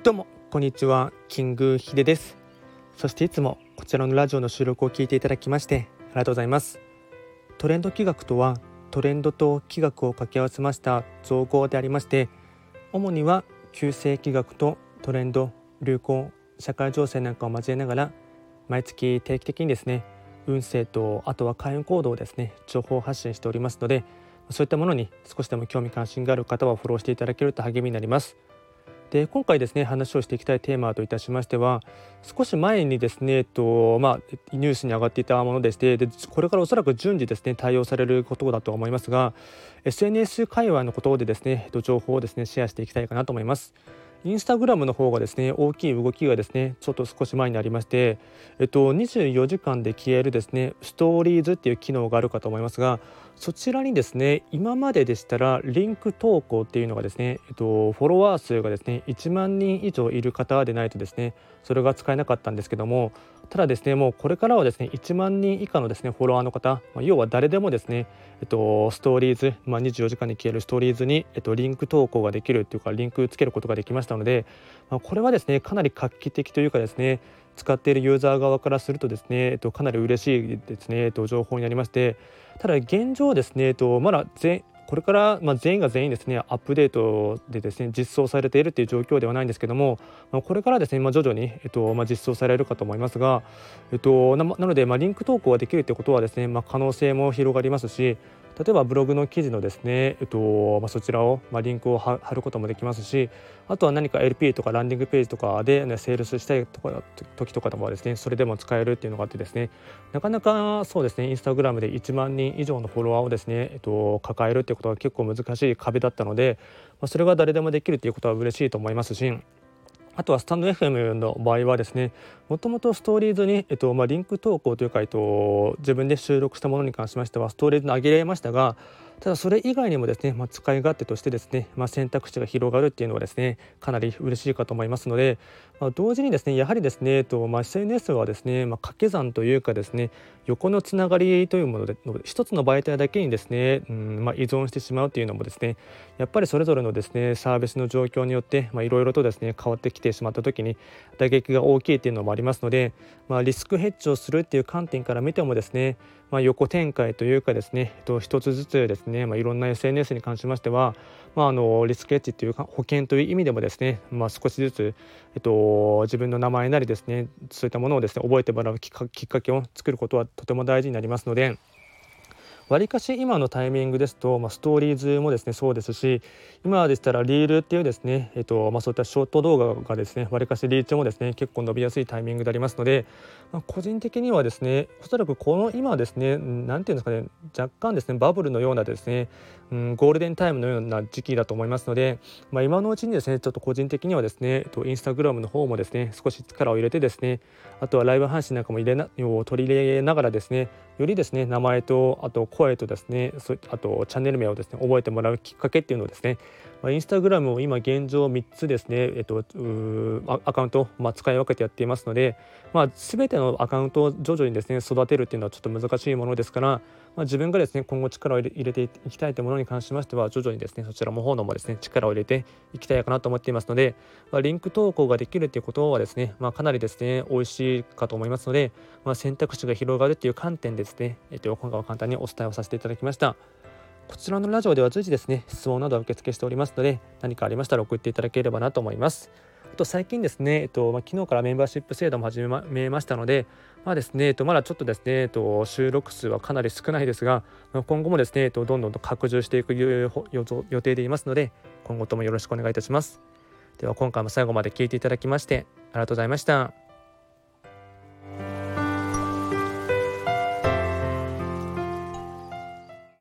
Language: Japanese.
どうもこんにちは、キングヒデです。そしていつもこちらのラジオの収録を聞いていただきましてありがとうございます。トレンド企画とは、トレンドと企画を掛け合わせました造語でありまして、主には旧世企画とトレンド、流行、社会情勢なんかを交えながら、毎月定期的にですね、運勢とあとは開運行動をですね、情報発信しておりますので、そういったものに少しでも興味関心がある方はフォローしていただけると励みになります。で、今回ですね、話をしていきたいテーマといたしましては、少し前にですね、ニュースに上がっていたものでして、これからおそらく順次ですね、対応されることだと思いますが、SNS 界隈のことでですね、情報をですね、シェアしていきたいかなと思います。インスタグラムの方がですね、大きい動きがですね、ちょっと少し前にありまして、24時間で消えるですね、ストーリーズっていう機能があるかと思いますが、そちらにですね、今まででしたらリンク投稿っていうのがですね、フォロワー数がですね、1万人以上いる方でないとですね、それが使えなかったんですけども、ただですね、もうこれからはですね、1万人以下のですね、フォロワーの方、要は誰でもですね、ストーリーズ、24時間に消えるストーリーズに、リンク投稿ができるというか、リンクつけることができましたので、これはですね、かなり画期的というかですね、使っているユーザー側からするとですね、かなり嬉しいですね、情報になりまして、ただ現状ですね、まだこれから、全員が全員ですね、アップデートでですね、実装されているという状況ではないんですけども、これからですね、徐々に、実装されるかと思いますが、なので、リンク投稿ができるということはですね、可能性も広がりますし、例えばブログの記事のですね、そちらを、リンクを貼ることもできますし、あとは何か LP とかランディングページとかで、セールスしたい時とかでもですね、それでも使えるっていうのがあってですね、なかなかそうですね、インスタグラムで1万人以上のフォロワーをですね、抱えるっていうことは結構難しい壁だったので、それが誰でもできるということは嬉しいと思いますし、あとはスタンド FM の場合はですね、もともとストーリーズに、リンク投稿というか、自分で収録したものに関しましてはストーリーズに上げられましたが、ただそれ以外にもですね、使い勝手としてですね、選択肢が広がるっていうのはですね、かなり嬉しいかと思いますので、同時にですね、やはりですね、SNS はですね、掛け算というかですね、横のつながりというもので一つの媒体だけにですね、依存してしまうというのもですね、やっぱりそれぞれのですね、サービスの状況によっていろいろとですね、変わってきてしまった時に打撃が大きいっていうのもありますので、リスクヘッジをするっていう観点から見てもですね、横展開というかですね、一つずつですね、いろんな SNS に関しましては、リスクヘッジというか保険という意味でもですね、少しずつ、自分の名前なりですね、そういったものをですね、覚えてもらうきっかけを作ることはとても大事になりますので、わりかし今のタイミングですと、ストーリーズもですねそうですし、今でしたらリールっていうですね、そういったショート動画がですね、わりかしリーチもですね結構伸びやすいタイミングでありますので、個人的にはですね、おそらくこの今ですね、なんていうんですかね、若干ですねバブルのようなですね、ゴールデンタイムのような時期だと思いますので、今のうちにですね、ちょっと個人的にはですね、インスタグラムの方もですね少し力を入れてですね、あとはライブ配信なんかも取り入れながらですね、よりですね名前とあと声とですね、あとチャンネル名をですね覚えてもらうきっかけっていうのをですね、インスタグラムを今現状3つですね、アカウントを使い分けてやっていますので、全てのアカウントを徐々にですね育てるっていうのはちょっと難しいものですから、自分がですね今後力を入れていきたいというものに関しましては、徐々にですねそちらの方のもですね力を入れていきたいかなと思っていますので、リンク投稿ができるということはですね、かなりですね美味しいかと思いますので、選択肢が広がるという観点でですね、今回は簡単にお伝えをさせていただきました。こちらのラジオでは随時ですね質問などを受付しておりますので、何かありましたら送っていただければなと思います。あと最近ですね、昨日からメンバーシップ制度も始めましたので、ですね、まだちょっとですね、収録数はかなり少ないですが、今後もですね、どんどんと拡充していく予定でいますので、今後ともよろしくお願いいたします。では今回も最後まで聞いていただきましてありがとうございました。